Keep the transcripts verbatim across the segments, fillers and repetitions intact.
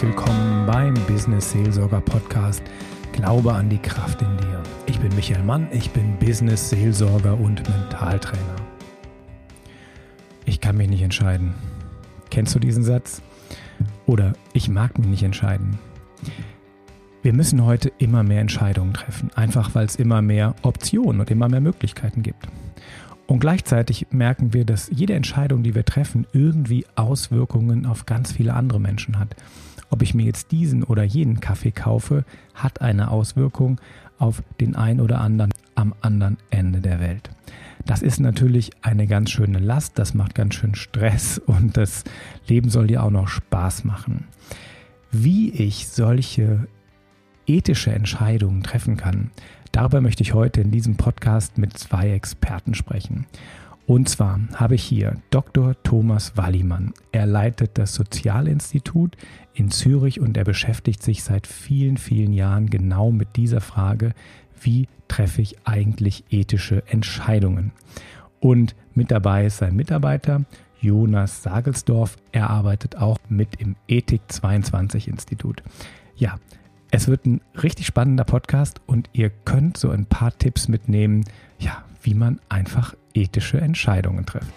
willkommen beim Business Seelsorger Podcast Glaube an die Kraft in dir. Ich bin Michael Mann, ich bin Business Seelsorger und Mentaltrainer. Ich kann mich nicht entscheiden. Kennst du diesen Satz? Oder ich mag mich nicht entscheiden. Wir müssen heute immer mehr Entscheidungen treffen, einfach weil es immer mehr Optionen und immer mehr Möglichkeiten gibt. Und gleichzeitig merken wir, dass jede Entscheidung, die wir treffen, irgendwie Auswirkungen auf ganz viele andere Menschen hat. Ob ich mir jetzt diesen oder jenen Kaffee kaufe, hat eine Auswirkung auf den einen oder anderen am anderen Ende der Welt. Das ist natürlich eine ganz schöne Last, das macht ganz schön Stress und das Leben soll dir auch noch Spaß machen. Wie ich solche ethische Entscheidungen treffen kann, darüber möchte ich heute in diesem Podcast mit zwei Experten sprechen. Und zwar habe ich hier Doktor Thomas Wallimann. Er leitet das Sozialinstitut in Zürich und er beschäftigt sich seit vielen, vielen Jahren genau mit dieser Frage, wie treffe ich eigentlich ethische Entscheidungen? Und mit dabei ist sein Mitarbeiter Jonas Sagelsdorf. Er arbeitet auch mit im Ethik zweiundzwanzig Institut. Ja, es wird ein richtig spannender Podcast und ihr könnt so ein paar Tipps mitnehmen, ja, wie man einfach ethische Entscheidungen trifft.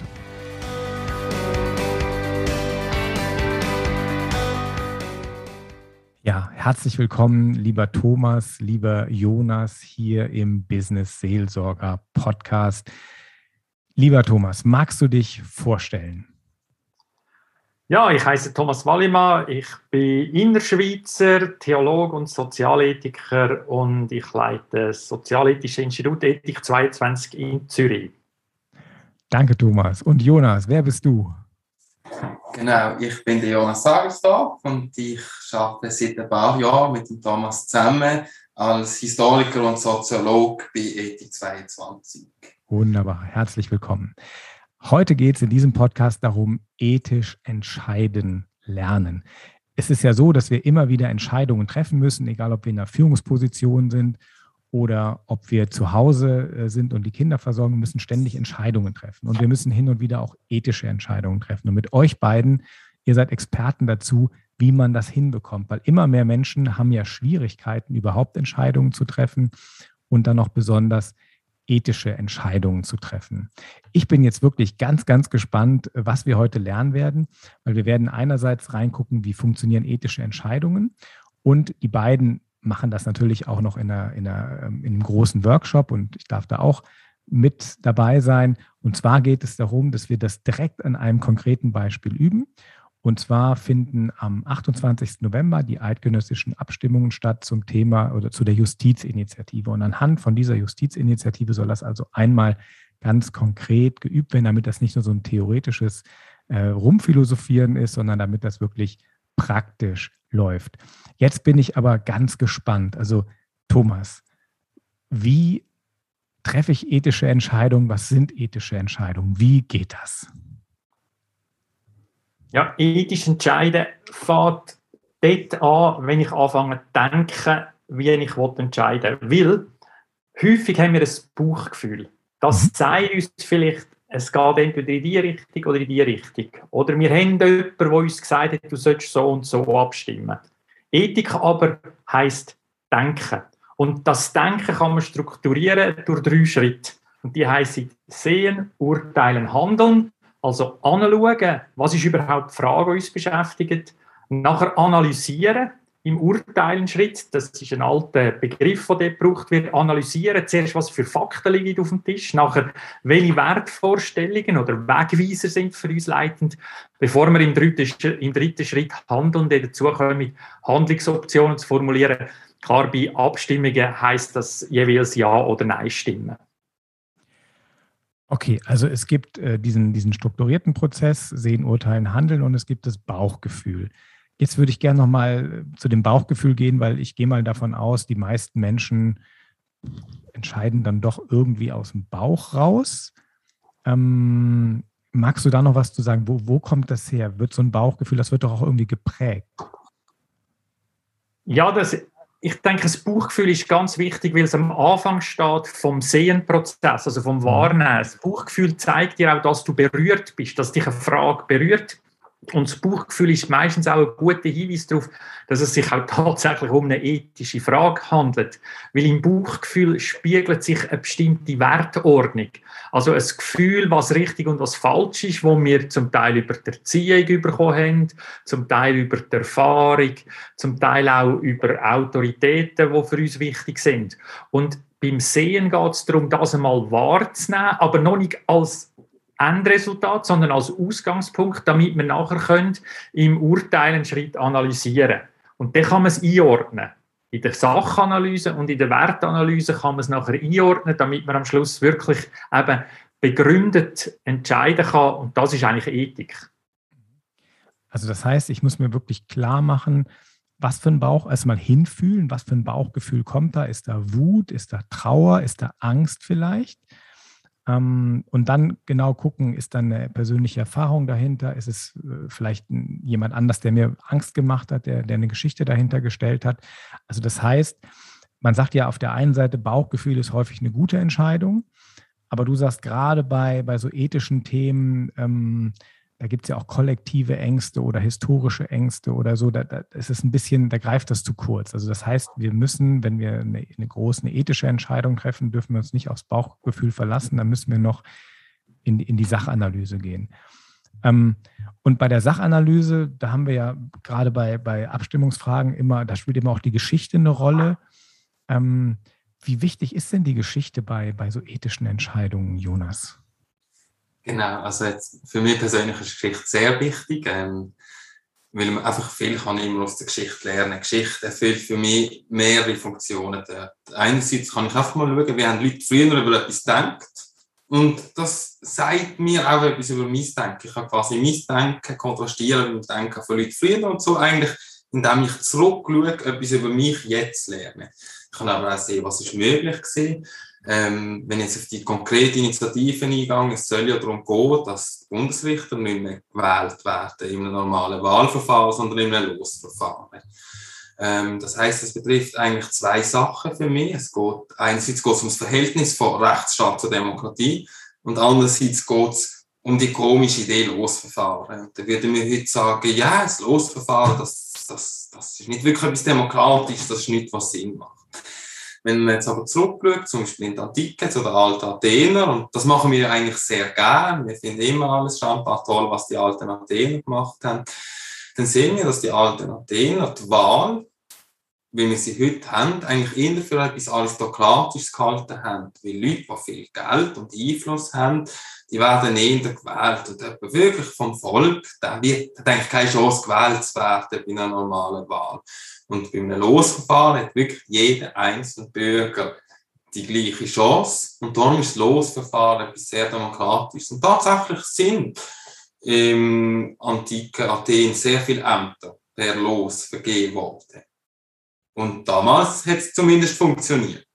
Ja, herzlich willkommen, lieber Thomas, lieber Jonas, hier im Business Seelsorger Podcast. Lieber Thomas, magst du dich vorstellen? Ja, ich heiße Thomas Wallimann, ich bin Innerschweizer, Theologe und Sozialethiker und ich leite das Sozialethische Institut Ethik zweiundzwanzig in Zürich. Danke, Thomas. Und Jonas, wer bist du? Genau, ich bin der Jonas Sagelsdorf und ich arbeite seit ein paar Jahren mit dem Thomas zusammen als Historiker und Soziologe bei Ethik zweiundzwanzig. Wunderbar, herzlich willkommen. Heute geht es in diesem Podcast darum, ethisch entscheiden lernen. Es ist ja so, dass wir immer wieder Entscheidungen treffen müssen, egal ob wir in einer Führungsposition sind oder ob wir zu Hause sind und die Kinder versorgen, wir müssen ständig Entscheidungen treffen. Und wir müssen hin und wieder auch ethische Entscheidungen treffen. Und mit euch beiden, ihr seid Experten dazu, wie man das hinbekommt. Weil immer mehr Menschen haben ja Schwierigkeiten, überhaupt Entscheidungen zu treffen und dann noch besonders ethische Entscheidungen zu treffen. Ich bin jetzt wirklich ganz, ganz gespannt, was wir heute lernen werden, weil wir werden einerseits reingucken, wie funktionieren ethische Entscheidungen und die beiden machen das natürlich auch noch in, einer, in, einer, in einem großen Workshop und ich darf da auch mit dabei sein. Und zwar geht es darum, dass wir das direkt an einem konkreten Beispiel üben. Und zwar finden am achtundzwanzigsten November die eidgenössischen Abstimmungen statt zum Thema oder zu der Justizinitiative. Und anhand von dieser Justizinitiative soll das also einmal ganz konkret geübt werden, damit das nicht nur so ein theoretisches äh, Rumphilosophieren ist, sondern damit das wirklich praktisch läuft. Jetzt bin ich aber ganz gespannt. Also Thomas, wie treffe ich ethische Entscheidungen? Was sind ethische Entscheidungen? Wie geht das? Ja, ethisch entscheiden fängt dort an, wenn ich anfange zu denken, wie ich entscheiden will. Weil häufig haben wir ein Bauchgefühl. Das sagt uns vielleicht, es geht entweder in die Richtung oder in die Richtung. Oder wir haben jemanden, der uns gesagt hat, du sollst so und so abstimmen. Ethik aber heisst Denken. Und das Denken kann man strukturieren durch drei Schritte. Und die heissen Sehen, Urteilen, Handeln. Also anschauen, was ist überhaupt die Frage, die uns beschäftigt. Nachher analysieren im Urteilenschritt. Das ist ein alter Begriff, der dort gebraucht wird. Analysieren zuerst, was für Fakten liegen auf dem Tisch. Nachher, welche Wertvorstellungen oder Wegweiser sind für uns leitend. Bevor wir im dritten, im dritten Schritt handeln, die dazu kommen, Handlungsoptionen zu formulieren. Klar, bei Abstimmungen heisst das jeweils Ja oder Nein stimmen. Okay, also es gibt äh, diesen, diesen strukturierten Prozess, Sehen, Urteilen, Handeln und es gibt das Bauchgefühl. Jetzt würde ich gerne nochmal zu dem Bauchgefühl gehen, weil ich gehe mal davon aus, die meisten Menschen entscheiden dann doch irgendwie aus dem Bauch raus. Ähm, magst du da noch was zu sagen? Wo, wo kommt das her? Wird so ein Bauchgefühl, das wird doch auch irgendwie geprägt? Ja, das... Ich denke, das Bauchgefühl ist ganz wichtig, weil es am Anfang steht vom Sehenprozess, also vom Wahrnehmen. Das Bauchgefühl zeigt dir auch, dass du berührt bist, dass dich eine Frage berührt. Und das Bauchgefühl ist meistens auch ein guter Hinweis darauf, dass es sich auch tatsächlich um eine ethische Frage handelt. Weil im Bauchgefühl spiegelt sich eine bestimmte Wertordnung. Also ein Gefühl, was richtig und was falsch ist, wo wir zum Teil über die Erziehung bekommen haben, zum Teil über die Erfahrung, zum Teil auch über Autoritäten, die für uns wichtig sind. Und beim Sehen geht es darum, das einmal wahrzunehmen, aber noch nicht als Endresultat, sondern als Ausgangspunkt, damit wir nachher können, im Urteil einen Schritt analysieren können. Und dann kann man es einordnen. In der Sachanalyse und in der Wertanalyse kann man es nachher einordnen, damit man am Schluss wirklich eben begründet entscheiden kann. Und das ist eigentlich Ethik. Also das heißt, ich muss mir wirklich klar machen, was für ein Bauch, erstmal hinfühlen, was für ein Bauchgefühl kommt da? Ist da Wut, ist da Trauer, ist da Angst vielleicht? Und dann genau gucken, ist dann eine persönliche Erfahrung dahinter? Ist es vielleicht jemand anders, der mir Angst gemacht hat, der, der eine Geschichte dahinter gestellt hat? Also das heißt, man sagt ja auf der einen Seite, Bauchgefühl ist häufig eine gute Entscheidung, aber du sagst gerade bei, bei so ethischen Themen, ähm, da gibt es ja auch kollektive Ängste oder historische Ängste oder so, da, da ist es ein bisschen, da greift das zu kurz. Also das heißt, wir müssen, wenn wir eine, eine große eine ethische Entscheidung treffen, dürfen wir uns nicht aufs Bauchgefühl verlassen, dann müssen wir noch in, in die Sachanalyse gehen. Ähm, und bei der Sachanalyse, da haben wir ja gerade bei, bei Abstimmungsfragen immer, da spielt immer auch die Geschichte eine Rolle. Ähm, wie wichtig ist denn die Geschichte bei, bei so ethischen Entscheidungen, Jonas? Genau, also jetzt für mich persönlich ist Geschichte sehr wichtig, ähm, weil man einfach viel kann immer aus der Geschichte lernen. Geschichte erfüllt für mich mehrere Funktionen. Einerseits kann ich einfach mal schauen, wie haben Leute früher über etwas gedacht und das sagt mir auch etwas über mein Denken. Ich kann quasi mein Denken kontrastieren mit dem Denken von Leuten früher und so eigentlich, indem ich zurückschaue, etwas über mich jetzt lerne. Ich kann aber auch sehen, was ist möglich gewesen. Ähm, wenn ich jetzt auf die konkrete Initiative eingehe, es soll ja darum gehen, dass die Bundesrichter nicht mehr gewählt werden in einem normalen Wahlverfahren, sondern in einem Losverfahren. Ähm, das heisst, es betrifft eigentlich zwei Sachen für mich. Es geht, einerseits geht es um das Verhältnis von Rechtsstaat zur Demokratie und andererseits geht es um die komische Idee Losverfahren. Und da würden wir heute sagen, ja, das Losverfahren, das, das, das ist nicht wirklich etwas Demokratisches, das ist nicht, was Sinn macht. Wenn man jetzt aber zurückschaut, zum Beispiel in die Antike zu den alten Athener, und das machen wir eigentlich sehr gerne, wir finden immer alles schambar toll, was die alten Athener gemacht haben, dann sehen wir, dass die alten Athener die Wahl, wie wir sie heute haben, eigentlich eher für etwas Aristokratisches gehalten haben. Weil Leute, die viel Geld und Einfluss haben, die werden eher gewählt. Und jemand wirklich vom Volk, der wird, der denkt, keine Chance gewählt zu werden bei einer normalen Wahl. Und bei einem Losverfahren hat wirklich jeder einzelne Bürger die gleiche Chance. Und darum ist das Losverfahren etwas sehr Demokratisches. Und tatsächlich sind im antiken Athen sehr viele Ämter per Los vergeben worden. Und damals hat es zumindest funktioniert.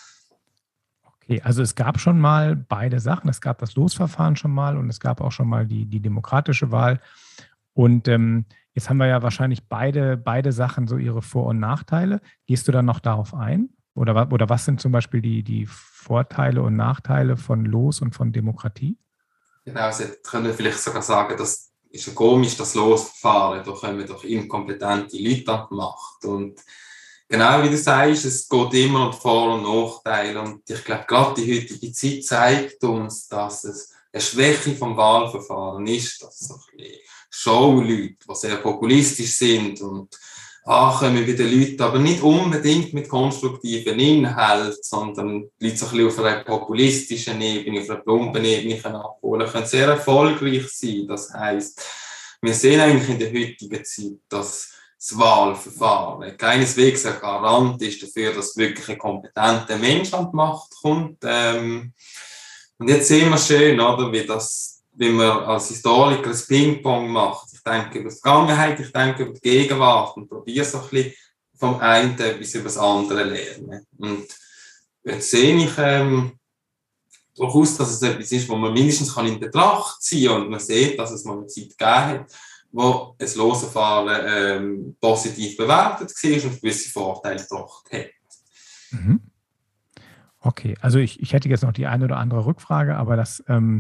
Okay, also es gab schon mal beide Sachen. Es gab das Losverfahren schon mal und es gab auch schon mal die, die demokratische Wahl. Und ähm, jetzt haben wir ja wahrscheinlich beide, beide Sachen so ihre Vor- und Nachteile. Gehst du dann noch darauf ein? Oder, oder was sind zum Beispiel die, die Vorteile und Nachteile von Los und von Demokratie? Genau, also können wir vielleicht sogar sagen, das ist ja komisch, das Losverfahren. Da kommen doch inkompetente Leute an die Macht. Und genau wie du sagst, es geht immer um Vor- und Nachteile. Und ich glaube, gerade die heutige Zeit zeigt uns, dass es eine Schwäche vom Wahlverfahren ist, dass so ein bisschen Showleute, die sehr populistisch sind und ankommen bei den Leuten, aber nicht unbedingt mit konstruktiven Inhalten, sondern die Leute so ein bisschen auf einer populistischen Ebene, auf einer plumpen Ebene abholen können, sehr erfolgreich sein. Das heisst, wir sehen eigentlich in der heutigen Zeit, dass das Wahlverfahren keineswegs ein Garant ist dafür, dass wirklich ein kompetenter Mensch an die Macht kommt. Ähm, und jetzt sehen wir schön, oder, wie, das, wie man als Historiker ein Ping-Pong macht. Ich denke über die Vergangenheit, ich denke über die Gegenwart und probiere so ein bisschen vom einen bis über das andere lernen. Und jetzt sehe ich ähm, durchaus, dass es etwas ist, was man mindestens kann in Betracht ziehen kann und man sieht, dass es mal eine Zeit gegeben hat, wo ein Losverfahren ähm, positiv bewertet war und gewisse Vorteile gebracht hat. Mhm. Okay, also ich, ich hätte jetzt noch die eine oder andere Rückfrage, aber das, ähm,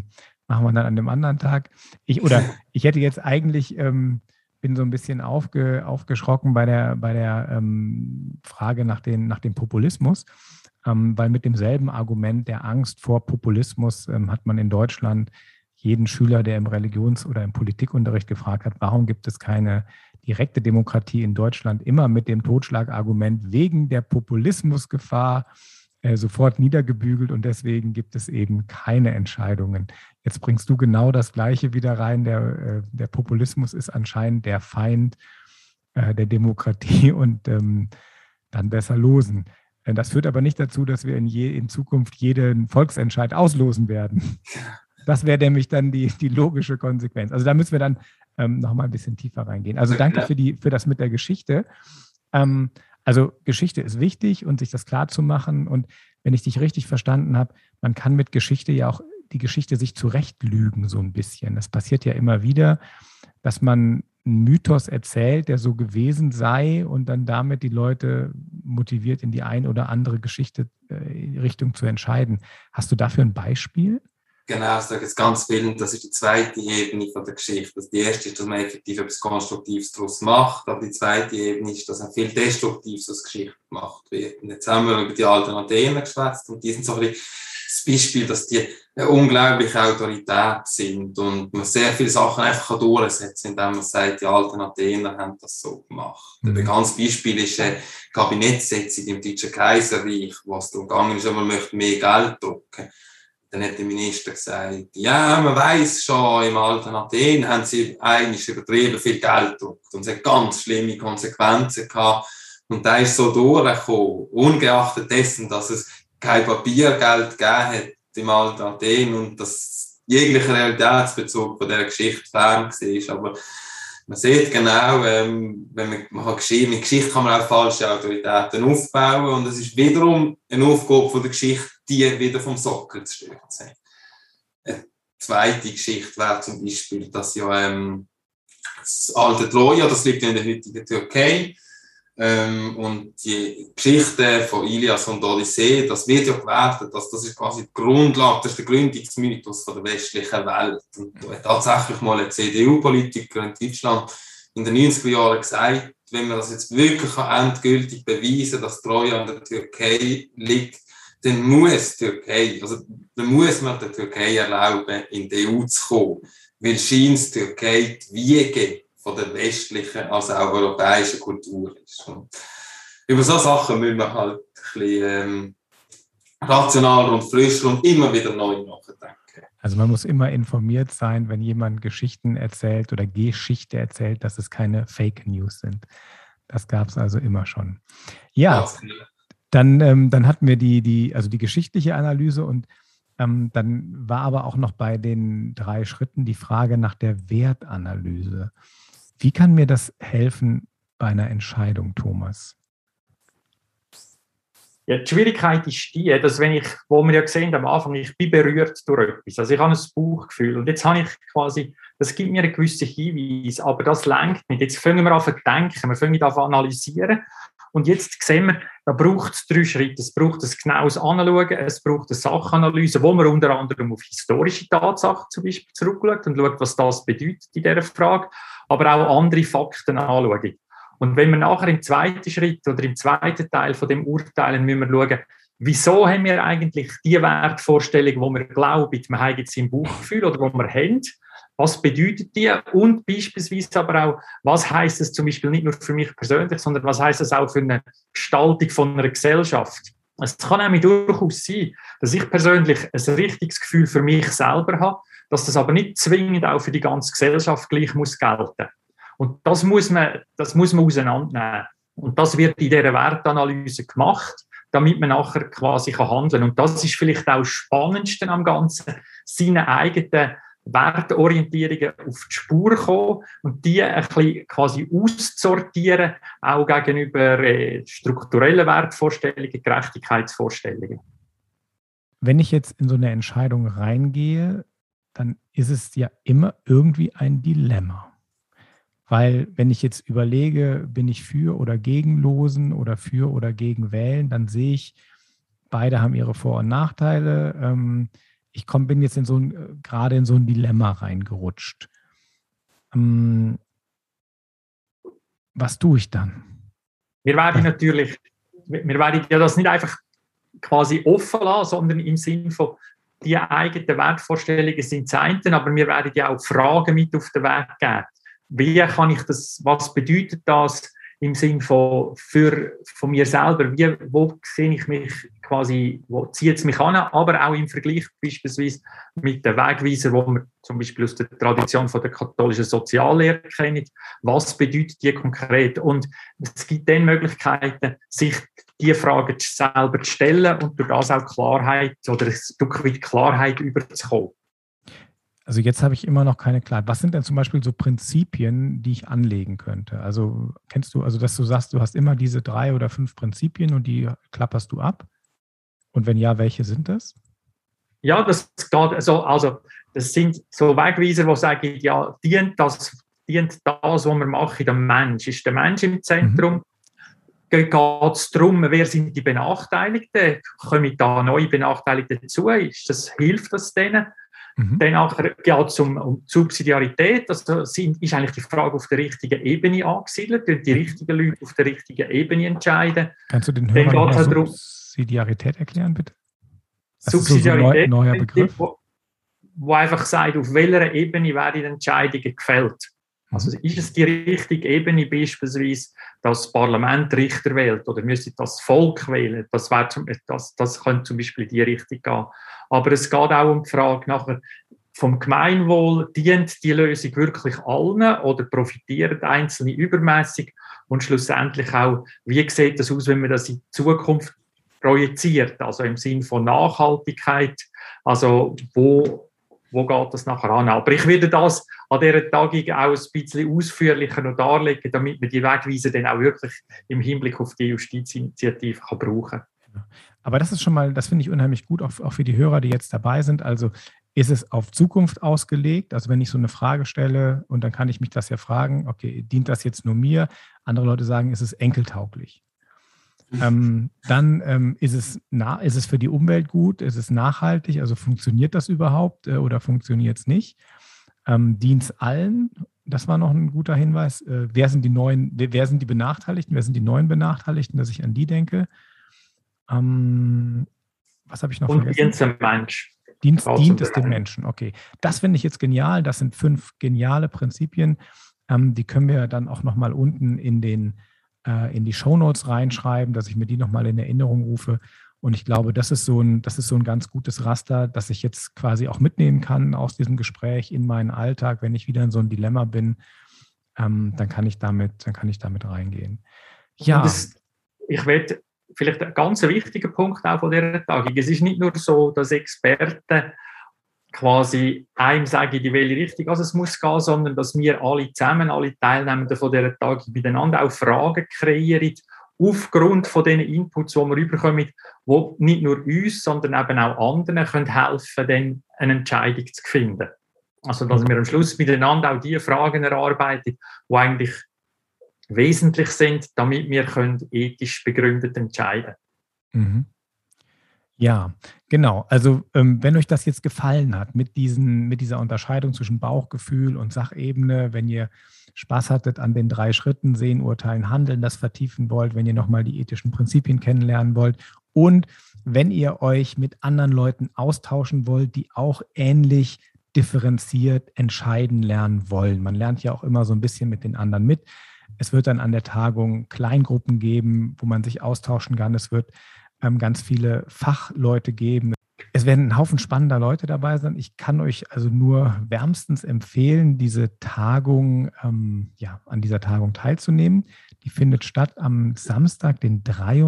machen wir dann an dem anderen Tag. Ich, oder ich hätte jetzt eigentlich, ähm, bin so ein bisschen aufge, aufgeschrocken bei der, bei der ähm, Frage nach, den, nach dem Populismus, ähm, weil mit demselben Argument der Angst vor Populismus ähm, hat man in Deutschland jeden Schüler, der im Religions- oder im Politikunterricht gefragt hat, warum gibt es keine direkte Demokratie in Deutschland, immer mit dem Totschlagargument wegen der Populismusgefahr äh, sofort niedergebügelt und deswegen gibt es eben keine Entscheidungen. Jetzt bringst du genau das Gleiche wieder rein. Der, äh, der Populismus ist anscheinend der Feind äh, der Demokratie und ähm, dann besser losen. Äh, das führt aber nicht dazu, dass wir in, je, in Zukunft jeden Volksentscheid auslosen werden. Das wäre nämlich dann die, die logische Konsequenz. Also da müssen wir dann ähm, noch mal ein bisschen tiefer reingehen. Also danke für, die, für das mit der Geschichte. Ähm, also Geschichte ist wichtig und sich das klar zu machen. Und wenn ich dich richtig verstanden habe, man kann mit Geschichte ja auch die Geschichte sich zurechtlügen so ein bisschen. Das passiert ja immer wieder, dass man einen Mythos erzählt, der so gewesen sei und dann damit die Leute motiviert, in die eine oder andere Geschichte äh, Richtung zu entscheiden. Hast du dafür ein Beispiel? Genau, ich sage jetzt ganz viel, das ist die zweite Ebene von der Geschichte. Also die erste ist, dass man effektiv etwas Konstruktives daraus macht, aber die zweite Ebene ist, dass auch viel Destruktives aus Geschichte gemacht wird. Und jetzt haben wir über die alten Athener geschwätzt und die sind so ein bisschen das Beispiel, dass die eine unglaubliche Autorität sind und man sehr viele Sachen einfach durchsetzen kann, indem man sagt, die alten Athener haben das so gemacht. Mhm. Ein bekanntes Beispiel ist eine Kabinettssitzung im Deutschen Kaiserreich, wo es darum gegangen ist, man möchte mehr Geld drucken. Dann hat der Minister gesagt, ja, man weiss schon, im alten Athen haben sie eigentlich übertrieben viel Geld gedruckt und es hat ganz schlimme Konsequenzen gehabt. Und da ist so durchgekommen, ungeachtet dessen, dass es kein Papiergeld gegeben hat im alten Athen und dass jeglicher Realitätsbezug von dieser Geschichte fern war. Aber man sieht genau, ähm, wenn man, man hat Geschichte, mit Geschichte kann man auch falsche Autoritäten aufbauen und es ist wiederum eine Aufgabe von der Geschichte, die wieder vom Sockel zu stürzen. Eine zweite Geschichte wäre zum Beispiel, dass ja ähm, das alte Troja, das liegt in der heutigen Türkei, ähm, und die Geschichte von Ilias und Odyssee, das wird ja gewertet, dass das ist quasi die Grundlage, das ist der Gründungsmythos von der westlichen Welt. Und da hat tatsächlich mal ein C D U-Politiker in Deutschland in den neunziger Jahren gesagt, wenn man das jetzt wirklich endgültig beweisen kann, dass Troja in der Türkei liegt, dann muss die Türkei, also dann muss man der Türkei erlauben, in die E U zu kommen, weil scheint die Türkei die Wiege von der westlichen, also auch europäischen Kultur ist. Und über solche Sachen müssen wir halt ein bisschen ähm, rationaler und frischer und immer wieder neu nachdenken. Also man muss immer informiert sein, wenn jemand Geschichten erzählt oder Geschichte erzählt, dass es keine Fake News sind. Das gab es also immer schon. Ja, ja. Dann, ähm, dann hatten wir die, die, also die geschichtliche Analyse und ähm, dann war aber auch noch bei den drei Schritten die Frage nach der Wertanalyse. Wie kann mir das helfen bei einer Entscheidung, Thomas? Ja, die Schwierigkeit ist die, dass wenn ich, wo wir ja gesehen haben am Anfang, ich bin berührt durch etwas. Also ich habe ein Bauchgefühl und jetzt habe ich quasi, das gibt mir einen gewissen Hinweis, aber das lenkt nicht. Jetzt fangen wir an zu denken, wir fangen an zu analysieren und jetzt sehen wir, da braucht es drei Schritte. Es braucht ein genaues Anschauen, es braucht eine Sachanalyse, wo man unter anderem auf historische Tatsachen zum Beispiel zurückschaut und schaut, was das bedeutet in dieser Frage, aber auch andere Fakten anschauen. Und wenn wir nachher im zweiten Schritt oder im zweiten Teil von dem Urteilen müssen wir schauen, wieso haben wir eigentlich die Wertvorstellung, die wir glauben, wir haben jetzt im Bauchgefühl oder die wir haben, was bedeutet die und beispielsweise aber auch, was heisst es zum Beispiel nicht nur für mich persönlich, sondern was heisst es auch für eine Gestaltung von einer Gesellschaft. Es kann nämlich durchaus sein, dass ich persönlich ein richtiges Gefühl für mich selber habe, dass das aber nicht zwingend auch für die ganze Gesellschaft gleich muss gelten. Und das muss man, das muss man auseinandernehmen. Und das wird in dieser Wertanalyse gemacht, damit man nachher quasi handeln kann. Und das ist vielleicht auch das Spannendste am Ganzen, seine eigenen Wertorientierungen auf die Spur kommen und die ein bisschen quasi auszusortieren, auch gegenüber äh, strukturellen Wertvorstellungen, Gerechtigkeitsvorstellungen. Wenn ich jetzt in so eine Entscheidung reingehe, dann ist es ja immer irgendwie ein Dilemma. Weil wenn ich jetzt überlege, bin ich für oder gegen Losen oder für oder gegen Wählen, dann sehe ich, beide haben ihre Vor- und Nachteile. ich komm, bin jetzt in so ein, gerade in so ein Dilemma reingerutscht. Ähm, was tue ich dann? Wir werden natürlich, wir werden ja das nicht einfach quasi offen lassen, sondern im Sinne von, die eigenen Wertvorstellungen sind das eine, aber wir werden ja auch Fragen mit auf den Weg geben. Wie kann ich das, was bedeutet das im Sinne von, für, von mir selber? Wie, wo sehe ich mich quasi, wo zieht es mich an? Aber auch im Vergleich beispielsweise mit den Wegweisern, wo wir zum Beispiel aus der Tradition von der katholischen Soziallehre kennen. Was bedeutet die konkret? Und es gibt dann Möglichkeiten, sich die Fragen selber zu stellen und durch das auch Klarheit oder ein Stück weit Klarheit überzukommen. Also jetzt habe ich immer noch keine Klarheit. Was sind denn zum Beispiel so Prinzipien, die ich anlegen könnte? Also kennst du, also dass du sagst, du hast immer diese drei oder fünf Prinzipien und die klapperst du ab? Und wenn ja, welche sind das? Ja, das geht, also, also das sind so Wegweiser, die sagen, ja, dient das, dient das, was wir machen, der Mensch. Ist der Mensch im Zentrum? Mhm. Geht es darum, wer sind die Benachteiligten? Kommen da neue Benachteiligte dazu? Ist das, hilft das denen? Mhm. Dann geht es um, um Subsidiarität. Also sind, ist eigentlich die Frage auf der richtigen Ebene angesiedelt, und die richtigen Leute auf der richtigen Ebene entscheiden. Kannst du den Hörern noch mal Subsidiarität erklären, bitte? Das Subsidiarität ist so ein neuer Begriff, wo, wo einfach sagt, auf welcher Ebene werden Entscheidungen gefällt. Also ist es die richtige Ebene beispielsweise, dass das Parlament Richter wählt oder müsste das Volk wählen? Das, wäre zum, das, das könnte zum Beispiel in die Richtung gehen. Aber es geht auch um die Frage nachher, vom Gemeinwohl, dient die Lösung wirklich allen oder profitieren Einzelne übermäßig? Und schlussendlich auch, wie sieht das aus, wenn man das in die Zukunft projiziert? Also im Sinne von Nachhaltigkeit, also wo Wo geht das nachher an? Aber ich werde das an dieser Tagung auch ein bisschen ausführlicher noch darlegen, damit man die Wegweiser dann auch wirklich im Hinblick auf die Justizinitiative kann brauchen kann. Aber das ist schon mal, das finde ich unheimlich gut, auch, auch für die Hörer, die jetzt dabei sind. Also ist es auf Zukunft ausgelegt? Also wenn ich so eine Frage stelle und dann kann ich mich das ja fragen, okay, dient das jetzt nur mir? Andere Leute sagen, ist es enkeltauglich? Ähm, dann ähm, ist, es na, ist es für die Umwelt gut, ist es nachhaltig, also funktioniert das überhaupt äh, oder funktioniert es nicht? Ähm, dient es allen? Das war noch ein guter Hinweis. Äh, wer sind die neuen, wer sind die Benachteiligten, wer sind die neuen Benachteiligten, dass ich an die denke? Ähm, was habe ich noch Und vergessen? dient es dem Mensch. Dient, dient es dem Menschen, okay. Das finde ich jetzt genial. Das sind fünf geniale Prinzipien. Ähm, die können wir dann auch nochmal unten in den in die Shownotes reinschreiben, dass ich mir die nochmal in Erinnerung rufe. Und ich glaube, das ist so ein, das ist so ein ganz gutes Raster, das ich jetzt quasi auch mitnehmen kann aus diesem Gespräch in meinen Alltag. Wenn ich wieder in so ein Dilemma bin, ähm, dann kann ich damit, dann kann ich damit reingehen. Ja. Das, ich werde vielleicht ein ganz wichtiger Punkt auch von dieser Tagung. Es ist nicht nur so, dass Experten quasi einem sagen, in welche Richtung also es muss gehen, sondern dass wir alle zusammen, alle Teilnehmenden von dieser Tagung miteinander auch Fragen kreieren, aufgrund von den Inputs, die wir rüberkommen, die nicht nur uns, sondern eben auch anderen können helfen, dann eine Entscheidung zu finden. Also dass wir am Schluss miteinander auch die Fragen erarbeiten, die eigentlich wesentlich sind, damit wir können ethisch begründet entscheiden können. Mhm. Ja, genau. Also ähm, wenn euch das jetzt gefallen hat mit, diesen, mit dieser Unterscheidung zwischen Bauchgefühl und Sachebene, wenn ihr Spaß hattet an den drei Schritten, Sehen, Urteilen, Handeln, das vertiefen wollt, wenn ihr nochmal die ethischen Prinzipien kennenlernen wollt und wenn ihr euch mit anderen Leuten austauschen wollt, die auch ähnlich differenziert entscheiden lernen wollen. Man lernt ja auch immer so ein bisschen mit den anderen mit. Es wird dann an der Tagung Kleingruppen geben, wo man sich austauschen kann. Es wird ähm, ganz viele Fachleute geben. Es werden ein Haufen spannender Leute dabei sein. Ich kann euch also nur wärmstens empfehlen, diese Tagung, ähm, ja, an dieser Tagung teilzunehmen. Die findet statt am Samstag, den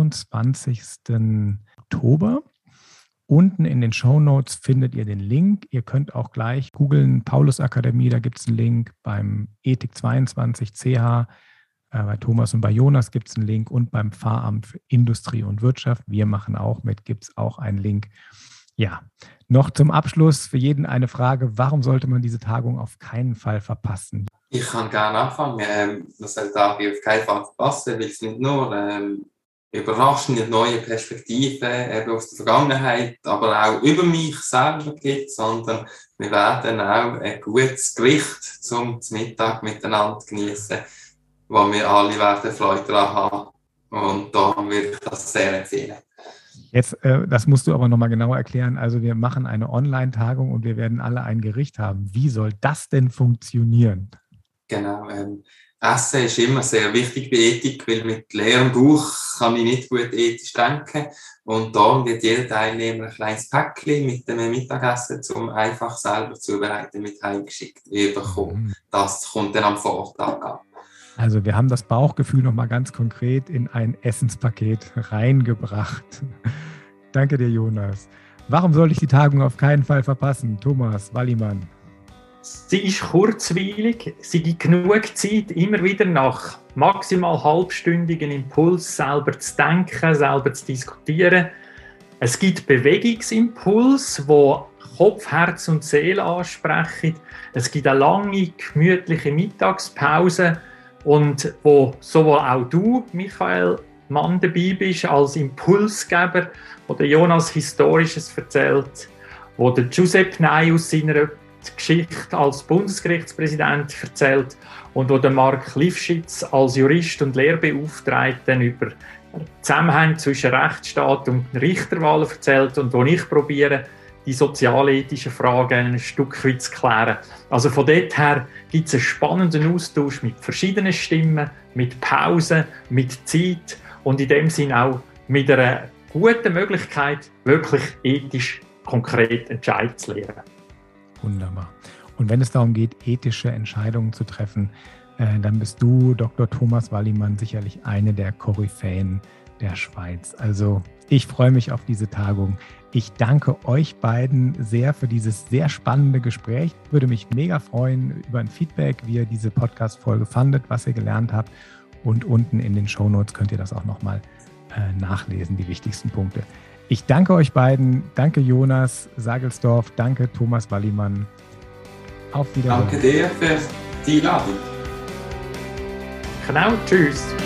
dreiundzwanzigsten Oktober. Unten in den Shownotes findet ihr den Link. Ihr könnt auch gleich googeln, Paulus Akademie, da gibt es einen Link. Beim Ethik zweiundzwanzig C H, äh, bei Thomas und bei Jonas gibt es einen Link. Und beim Pfarramt für Industrie und Wirtschaft, wir machen auch mit, gibt es auch einen Link. Ja, noch zum Abschluss für jeden eine Frage. Warum sollte man diese Tagung auf keinen Fall verpassen? Ich kann gerne anfangen. Ähm, das sollte auch auf keinen Fall verpassen, weil es nicht nur ähm, überraschende neue Perspektiven eben aus der Vergangenheit, aber auch über mich selber gibt, sondern wir werden auch ein gutes Gericht zum Mittag miteinander genießen, wo wir alle werden Freude daran haben. Und da würde ich das sehr empfehlen. Jetzt, äh, das musst du aber nochmal genauer erklären. Also wir machen eine Online-Tagung und wir werden alle ein Gericht haben. Wie soll das denn funktionieren? Genau. Ähm, Essen ist immer sehr wichtig bei Ethik, weil mit leerem Bauch kann ich nicht gut ethisch denken. Und darum wird jeder Teilnehmer ein kleines Päckchen mit dem Mittagessen zum einfach selber zubereiten mit heimgeschickt bekommen. Mhm. Das kommt dann am Vortag an. Also wir haben das Bauchgefühl nochmal ganz konkret in ein Essenspaket reingebracht. Danke dir, Jonas. Warum soll ich die Tagung auf keinen Fall verpassen? Thomas Wallimann. Sie ist kurzweilig, sie gibt genug Zeit, immer wieder nach maximal halbstündigen Impuls selber zu denken, selber zu diskutieren. Es gibt Bewegungsimpuls, wo Kopf, Herz und Seele ansprechen. Es gibt eine lange, gemütliche Mittagspause und wo sowohl auch du, Michael Mann, dabei bist als Impulsgeber, wo der Jonas Historisches erzählt, wo der Giuseppe Ney aus seiner Geschichte als Bundesgerichtspräsident erzählt und wo der Mark Lifschitz als Jurist und Lehrbeauftragter über Zusammenhänge zwischen Rechtsstaat und Richterwahlen erzählt und wo ich probiere, die sozialethischen Fragen ein Stück weit zu klären. Also von dort her gibt es einen spannenden Austausch mit verschiedenen Stimmen, mit Pausen, mit Zeit und in dem Sinn auch mit einer guten Möglichkeit, wirklich ethisch konkret Entscheidungen zu lernen. Wunderbar. Und wenn es darum geht, ethische Entscheidungen zu treffen, äh, dann bist du, Doktor Thomas Wallimann, sicherlich eine der Koryphäen der Schweiz. Also ich freue mich auf diese Tagung. Ich danke euch beiden sehr für dieses sehr spannende Gespräch. Ich würde mich mega freuen über ein Feedback, wie ihr diese Podcast-Folge fandet, was ihr gelernt habt. Und unten in den Shownotes könnt ihr das auch nochmal äh, nachlesen, die wichtigsten Punkte. Ich danke euch beiden. Danke Jonas Sagelsdorf. Danke Thomas Wallimann. Auf Wiedersehen. Danke dir für die Einladung. Genau, tschüss.